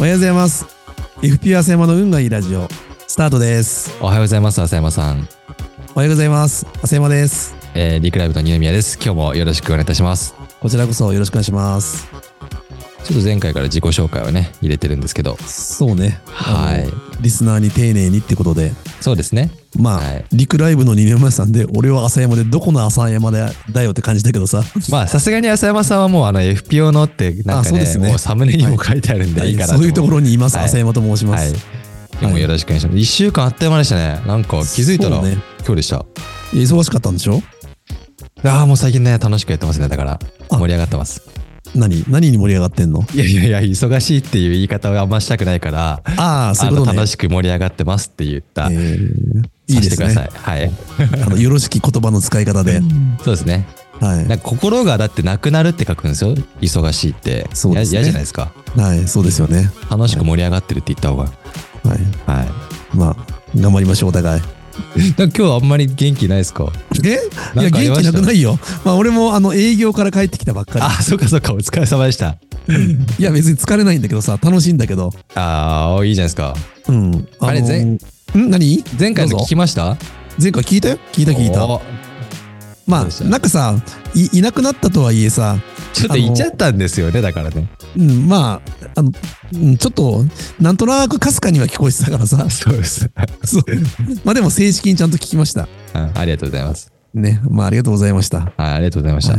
おはようございます。FP 浅山の運がいいラジオスタートです。 おはようございます、浅山さん。 おはようございます。浅山です。 リクライブの二宮です。今日もよろしくお願いいたします。 こちらこそよろしくお願いします。 ちょっと前回から自己紹介をね入れてるんですけど、 そうね、 はい、 リスナーに丁寧にってことで、 そうですね。 まあ、はい、リクライブの二宮さんで俺は浅山でどこの浅山だよって感じだけどさ、 まあさすがに浅山さんはもうFPO のってなんか ね、もうサムネにも書いてあるんでいいかなと、 そういうところにいます、浅山と申します。 でもよろしくお願いします。1週間あっという間でしたね。なんか気づいたら、今日でした。 忙しかったんでしょ？ もう最近ね楽しくやってますね。だから盛り上がってます。 何に盛り上がってんの？ いや忙しいっていう言い方はあんましたくないから、 そういうことね。 楽しく盛り上がってますって言った、 いいですね。 はい。 よろしき言葉の使い方で。 そうですね。はい。なんか心がだってなくなるって書くんですよ。忙しいって。そうですね。嫌じゃないですか。 はい、そうですよね。 楽しく盛り上がってるって言った方が。はい。 まあ頑張りましょうお互い。 今日あんまり元気ないですか？ いや元気なくないよ。まあ俺も営業から帰ってきたばっかり。 そうかお疲れ様でした。 いや別に疲れないんだけどさ、楽しいんだけど。 いいじゃないですか。 何？ 前回の聞きました？ 前回聞いたよ。聞いた。まあなんかさ、いなくなったとはいえさ、 ちょっといちゃったんですよね。だからね。 まあちょっとなんとなくかすかには聞こえてたからさ。 そうです。 まあでも正式にちゃんと聞きました。 ありがとうございます。 ね、まあありがとうございました。 ありがとうございました。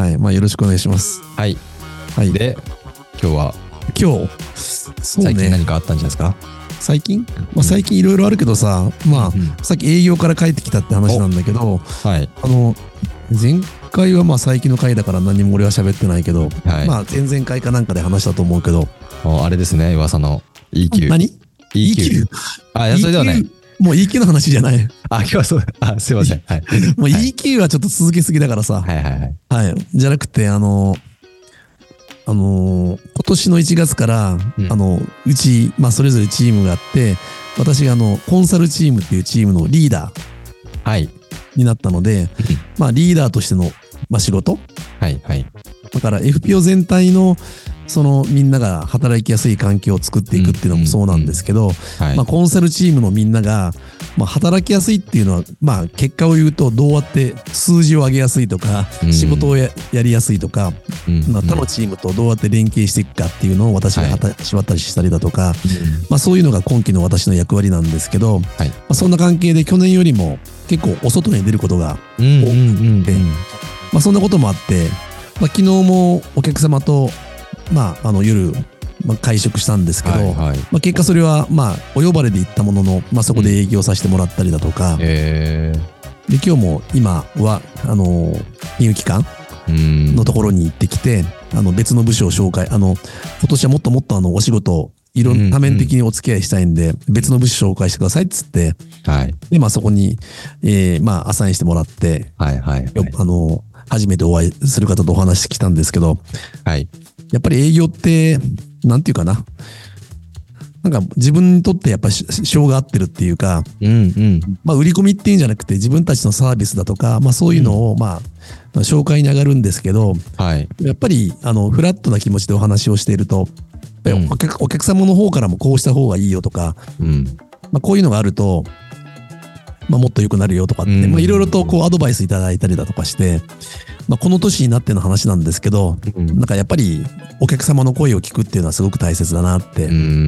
はい、まあよろしくお願いします。 はい。で、今日最近何かあったんじゃないですか？ 最近いろいろあるけどさ、まあさっき営業から帰ってきたって話なんだけど、前回はまあ最近の回だから何も俺は喋ってないけど、まあ前々回かなんかで話したと思うけど、 あれですね、噂の EQ。 何 ？EQ。それではない。 もう EQ の話じゃない。 今日はそう。すいません。はい。 もう EQ はちょっと続けすぎだからさ。はい。じゃなくて今年の1月から、うち、まあ、それぞれチームがあって、私がコンサルチームっていうチームのリーダーになったので、まあ、リーダーとしての、まあ、仕事。だから FPO 全体のみんなが働きやすい環境を作っていくっていうのもそうなんですけど、まあコンサルチームのみんなが、まあ働きやすいっていうのは、まあ結果を言うとどうやって数字を上げやすいとか、仕事をやりやすいとか、他のチームとどうやって連携していくかっていうのを私が仕渡ししたりだとか、まあそういうのが今期の私の役割なんですけど、まあそんな関係で去年よりも結構お外に出ることが多くて、まあそんなこともあって、まあ昨日もお客様とまあ、夜、会食したんですけど、まあ、結果それは、まあ、お呼ばれで行ったものの、まあ、そこで営業させてもらったりだとか、で、今日も今は、金融機関のところに行ってきて、別の部署を紹介、今年はもっともっとお仕事、多面的にお付き合いしたいんで、別の部署紹介してくださいっつって、で、まあ、そこに、まあ、アサインしてもらって、初めてお会いする方とお話してきたんですけど、やっぱり営業って、なんていうかな。なんか自分にとってやっぱり性が合ってるっていうか、まあ売り込みっていうんじゃなくて自分たちのサービスだとか、まあそういうのをまあ紹介に上がるんですけど、やっぱりフラットな気持ちでお話をしていると、お客様の方からもこうした方がいいよとか、まあこういうのがあると、まあもっと良くなるよとかって、まあいろいろとこうアドバイスいただいたりだとかして、まあこの年になっての話なんですけど、なんかやっぱりお客様の声を聞くっていうのはすごく大切だなって。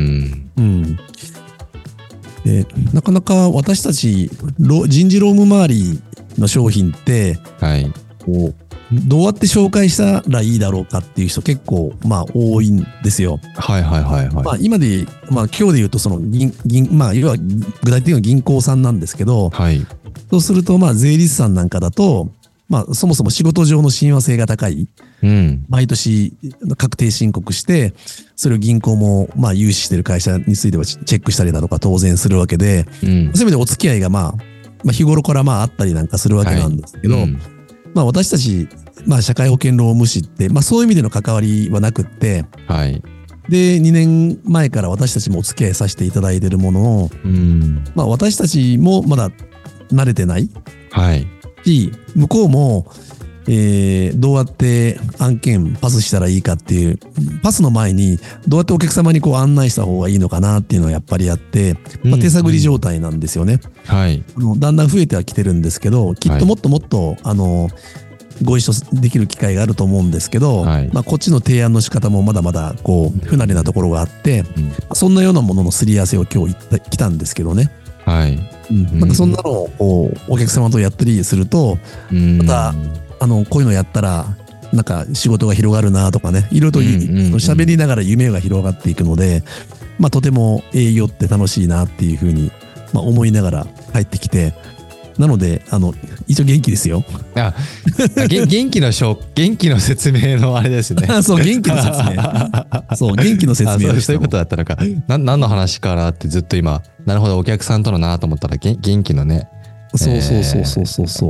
で、なかなか私たち人事労務周りの商品って、こうどうやって紹介したらいいだろうかっていう人結構まあ多いんですよ。まあ今で、まあ今日で言うとまあ要は具体的には銀行さんなんですけど、そうするとまあ税理士さんなんかだと、まあそもそも仕事上の親和性が高い。毎年確定申告して、それを銀行もまあ融資している会社についてはチェックしたりだとか当然するわけで、そういう意味でお付き合いがまあ日頃からまああったりなんかするわけなんですけど、まあ私たち、まあ社会保険労務士って、まあそういう意味での関わりはなくって、で、2年前から私たちもお付き合いさせていただいているものを、まあ私たちもまだ慣れてないし、向こうもどうやって案件パスしたらいいかっていう、パスの前にどうやってお客様にこう案内した方がいいのかなっていうのはやっぱりあって、手探り状態なんですよね。 はい。 だんだん増えてはきてるんですけど、きっともっともっと、ご一緒できる機会があると思うんですけど、こっちの提案の仕方もまだまだこう不慣れなところがあって、そんなようなもののすり合わせを今日来たんですけどね。 はい。 なんかそんなのをお客様とやったりすると、またこういうのやったらなんか仕事が広がるなとかね、いろいろと喋りながら夢が広がっていくので、とても営業って楽しいなっていうふうに思いながら帰ってきて。なので、一応元気ですよ。 元気の説明のあれですね。 そう、元気の説明。そう、元気の説明そういうことだったのか。何の話かなってずっと今、なるほど、お客さんとのなと思ったら、元気のね。 そう。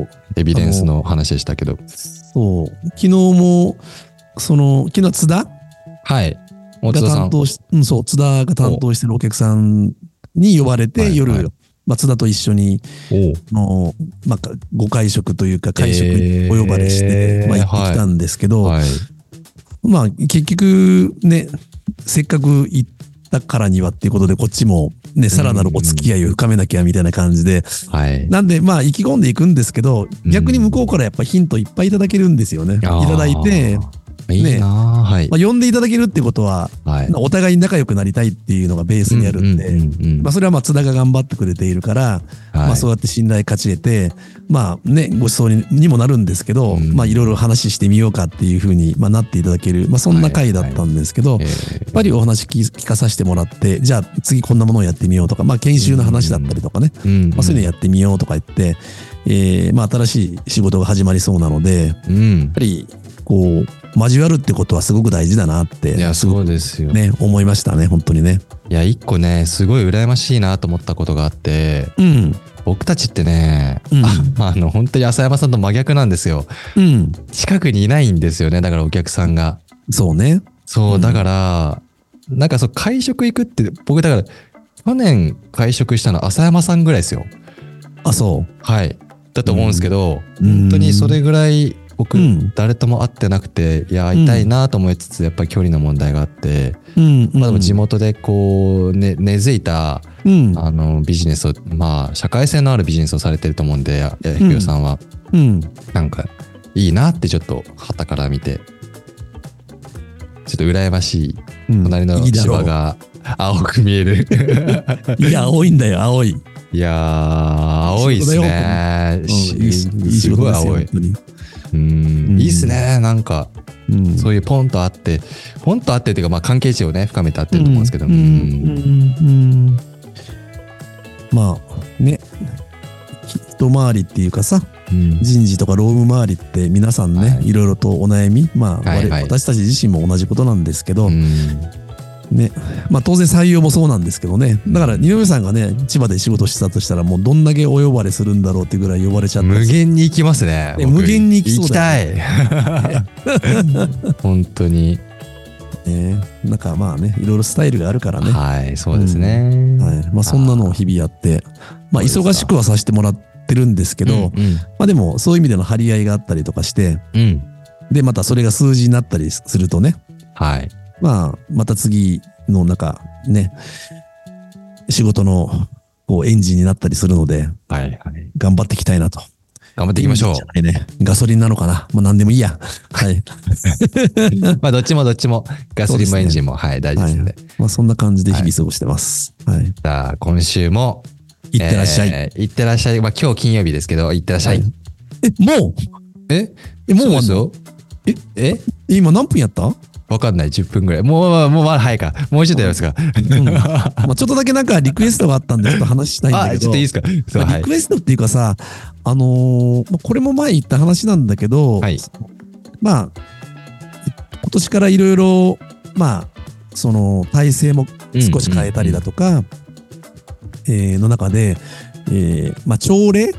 エビデンスの話でしたけど。 そう。昨日も、昨日津田はい。 が担当し、そう、津田が担当してるお客さんに呼ばれて、夜、津田と一緒にご会食というか会食にお呼ばれして行ってきたんですけど、結局ね、せっかく行ったからにはっていうことでこっちもね、さらなるお付き合いを深めなきゃみたいな感じで、なんで意気込んでいくんですけど、逆に向こうからやっぱヒントいっぱいいただけるんですよね。いただいて。 いいな、 呼んでいただけるってことは、お互いに仲良くなりたいっていうのがベースにあるんで、それは津田が頑張ってくれているから、そうやって信頼勝ち得て、ご馳走にもなるんですけど、いろいろ話してみようかっていうふうになっていただける、そんな回だったんですけど、やっぱりお話聞かさせてもらって、じゃあ次こんなものをやってみようとか、研修の話だったりとかね、そういうのやってみようとか言って、新しい仕事が始まりそうなので、やっぱりこう交わるってことはすごく大事だなって、 いやそうですよね、思いましたね、本当にね。 いや一個ねすごい羨ましいなと思ったことがあって、僕たちってね、本当に浅山さんと真逆なんですよ。近くにいないんですよね、だからお客さんが。 そうね。 そう、だからなんか会食行くって僕だから去年会食したの浅山さんぐらいですよ。 あ、そう。 はい。だと思うんですけど、本当にそれぐらい僕、誰とも会ってなくて、いや会いたいなと思いつつ、やっぱり距離の問題があって、でも地元でこう根付いたビジネスを、社会性のあるビジネスをされてると思うんで、ひよさんは、なんかいいなってちょっと傍から見て、ちょっと羨ましい。隣の芝が青く見える。 いや青いんだよ、青い。 いや青いっすね。すごい青い。いいっすね。なんか、そういうポンとあってっていうか、関係値をね、深めてあってると思うんですけど。 ね、一回りっていうかさ、人事とか労務周りって皆さんね、いろいろとお悩み、私たち自身も同じことなんですけど、ね、当然採用もそうなんですけどね。だから二宮さんがね、千葉で仕事したとしたらもうどんだけお呼ばれするんだろうっていうぐらい呼ばれちゃって、 無限に行きますね。 無限に行きそうだよね。行きたい。本当に。 なんかいろいろスタイルがあるからね。 はい、そうですね。 そんなのを日々やって、忙しくはさせてもらってるんですけど、でもそういう意味での張り合いがあったりとかして、でまたそれが数字になったりするとね。また次の仕事のエンジンになったりするので、頑張っていきたいなと。 頑張っていきましょう。 ガソリンなのかな、何でもいいや。 どっちもガソリンもエンジンも、大事ですので。 そんな感じで日々過ごしてます。 じゃあ今週もいってらっしゃい。 いってらっしゃい。今日金曜日ですけど、いってらっしゃい。 もうもう終わんの？ 今何分やった？ わかんない。10分ぐらい。もうまだ早いか。もうちょっとやりますか。 ちょっとだけなんかリクエストがあったんでちょっと話したいんだけど。 ちょっといいですか。 リクエストっていうかさ、これも前言った話なんだけど、今年からいろいろその体制も少し変えたりだとか、の中で、朝礼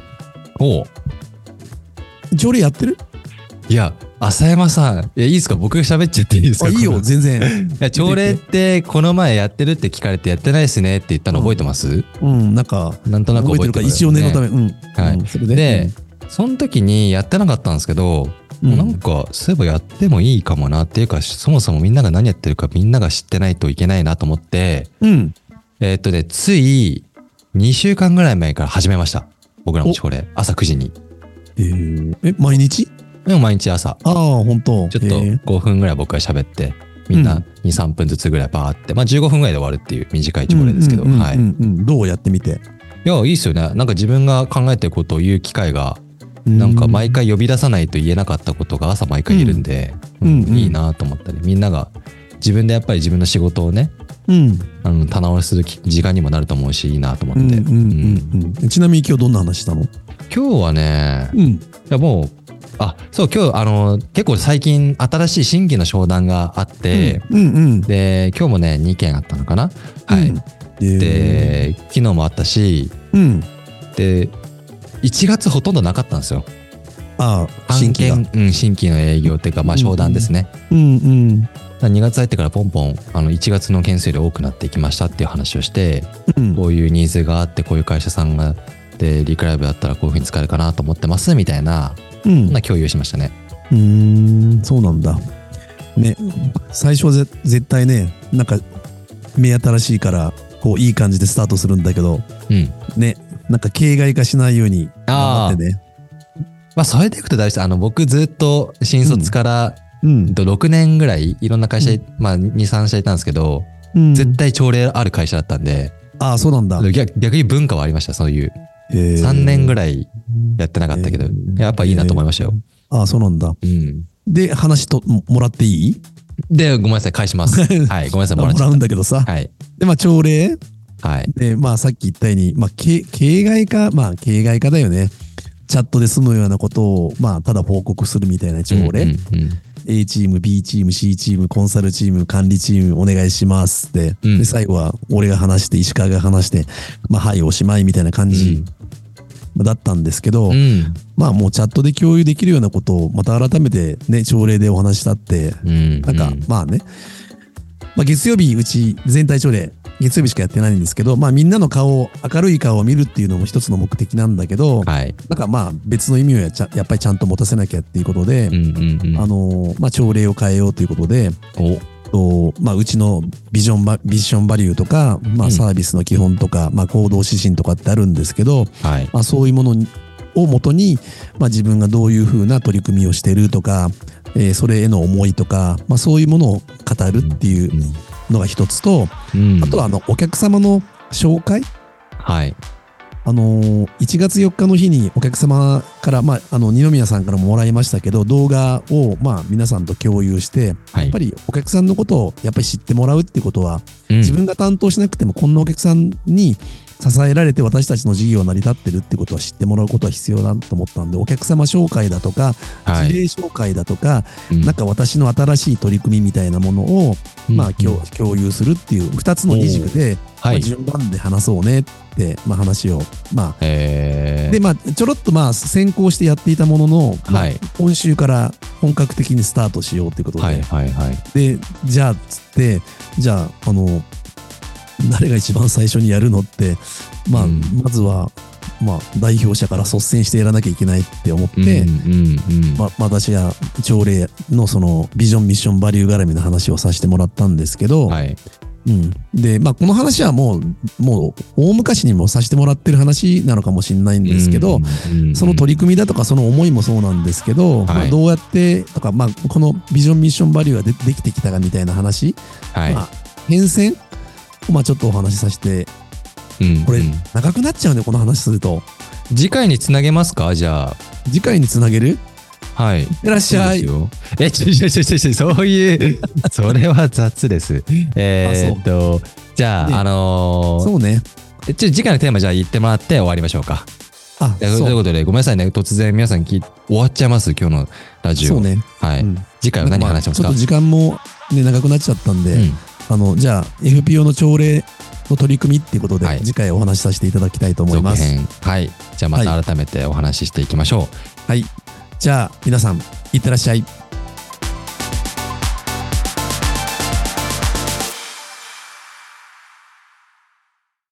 やってる？ いや、浅山さん、いいですか？僕が喋っちゃっていいですか？ いいよ、全然。 朝礼ってこの前やってるって聞かれてやってないですねって言ったの覚えてます？ なんとなく覚えてるから、一応念のため。 で、 その時にやってなかったんですけど、なんかそういえばやってもいいかもなっていうか、そもそもみんなが何やってるかみんなが知ってないといけないなと思って、つい2週間ぐらい前から始めました。僕らも朝礼、朝9時に。 毎日？ でも毎日朝。 ああ、本当。 ちょっと5分ぐらい僕が喋って、みんな2、3分ずつぐらいバーって、まあ15分ぐらいで終わるっていう短い朝礼ですけど、はい。 どうやってみて？ いや、いいっすよね。なんか自分が考えてることを言う機会が、なんか毎回呼び出さないと言えなかったことが朝毎回言えるんで、いいなと思ったり、みんなが自分でやっぱり自分の仕事をね、棚卸しする時間にもなると思うし、いいなと思って。 ちなみに今日どんな話したの？ 今日はね、いやもう、そう、今日、結構最近新しい新規の商談があって、で、今日もね、2件あったのかな？はい。で、昨日もあったし、で、1月ほとんどなかったんですよ。新規の営業っていうか、まあ商談ですね。2月入ってからポンポン1月の件数より多くなっていきましたっていう話をして、こういうニーズがあってこういう会社さんがでリクライブだったらこういうふうに使えるかなと思ってますみたいな、そんな共有しましたね。 そうなんだね。最初は絶対ね、なんか目新しいからこういい感じでスタートするんだけど、ね、なんか形骸化しないように頑張ってね。 まあそれでいくと大事。僕ずっと新卒から6年ぐらいいろんな会社、まあ2、3社いたんですけど、絶対朝礼ある会社だったんで。 そうなんだ。 逆に文化はありました。そういう。3年ぐらいやってなかったけど、やっぱいいなと思いましたよ。 そうなんだ。で、話もらっていい？ で、ごめんなさい、返します。はい、ごめんなさい、もらうんだけどさ。 はい。 で、まあ朝礼。 はい。 で、まあさっき言ったように、まあ形骸化だよね。チャットで済むようなことを、まあただ報告するみたいな朝礼。A チーム、B チーム、C チーム、コンサルチーム、管理チームお願いしますって。で、最後は俺が話して、石川が話して、まあはい、おしまいみたいな感じだったんですけど、まあもうチャットで共有できるようなことをまた改めてね、朝礼でお話したって、なんかまあね、まあ月曜日うち全体朝礼、月曜日しかやってないんですけど、まあみんなの明るい顔を見るっていうのも一つの目的なんだけど、なんかまあ別の意味をやっぱりちゃんと持たせなきゃっていうことで、まあ朝礼を変えようということで、まあうちのビジョンバリューとか、まあサービスの基本とか、まあ行動指針とかってあるんですけど、まあそういうものをもとに、まあ自分がどういうふうな取り組みをしてるとか、それへの思いとか、まあそういうものを語るっていうのが一つと、あとはお客様の紹介。1月4日の日にお客様から、まあ、二宮さんからももらいましたけど、動画を、まあ、皆さんと共有して、やっぱりお客さんのことをやっぱり知ってもらうってことは、自分が担当しなくても、こんなお客さんに支えられて私たちの事業が成り立ってるってことは知ってもらうことは必要だと思ったんで、お客様紹介だとか、事例紹介だとか、なんか私の新しい取り組みみたいなものを、まあ、共有するっていう2つの二軸で、順番で話そうねって、まあ、話を、まあ、で、まあ、ちょろっとまあ、先行してやっていたものの、まあ、今週から本格的にスタートしようということで、で、じゃあ、つって、誰が一番最初にやるのって、まあ、まずは、まあ、代表者から率先してやらなきゃいけないって思って、私が朝礼のそのビジョン、ミッション、バリュー絡みの話をさせてもらったんですけど、で、まあ、この話はもう大昔にもさせてもらってる話なのかもしれないんですけど、その取り組みだとかその思いもそうなんですけど、まあ、どうやってとか、まあ、このビジョンミッションバリューができてきたかみたいな話、まあ、変遷をまあちょっとお話しさせて、これ長くなっちゃうね、この話すると。 次回につなげますか？じゃあ次回につなげる？はい。いってらっしゃい。 そういう、それは雑です。じゃあ、 そうね。 次回のテーマじゃあ言ってもらって終わりましょうか。ということで、ごめんなさいね。突然皆さん終わっちゃいます、今日のラジオ。 そうね。 はい。次回は何話しますか？ ちょっと時間もね、長くなっちゃったんで、じゃあ、FPO の朝礼の取り組みっていうことで、次回お話しさせていただきたいと思います。 はい。じゃあまた改めてお話ししていきましょう。 はい。じゃあ皆さんいってらっしゃい。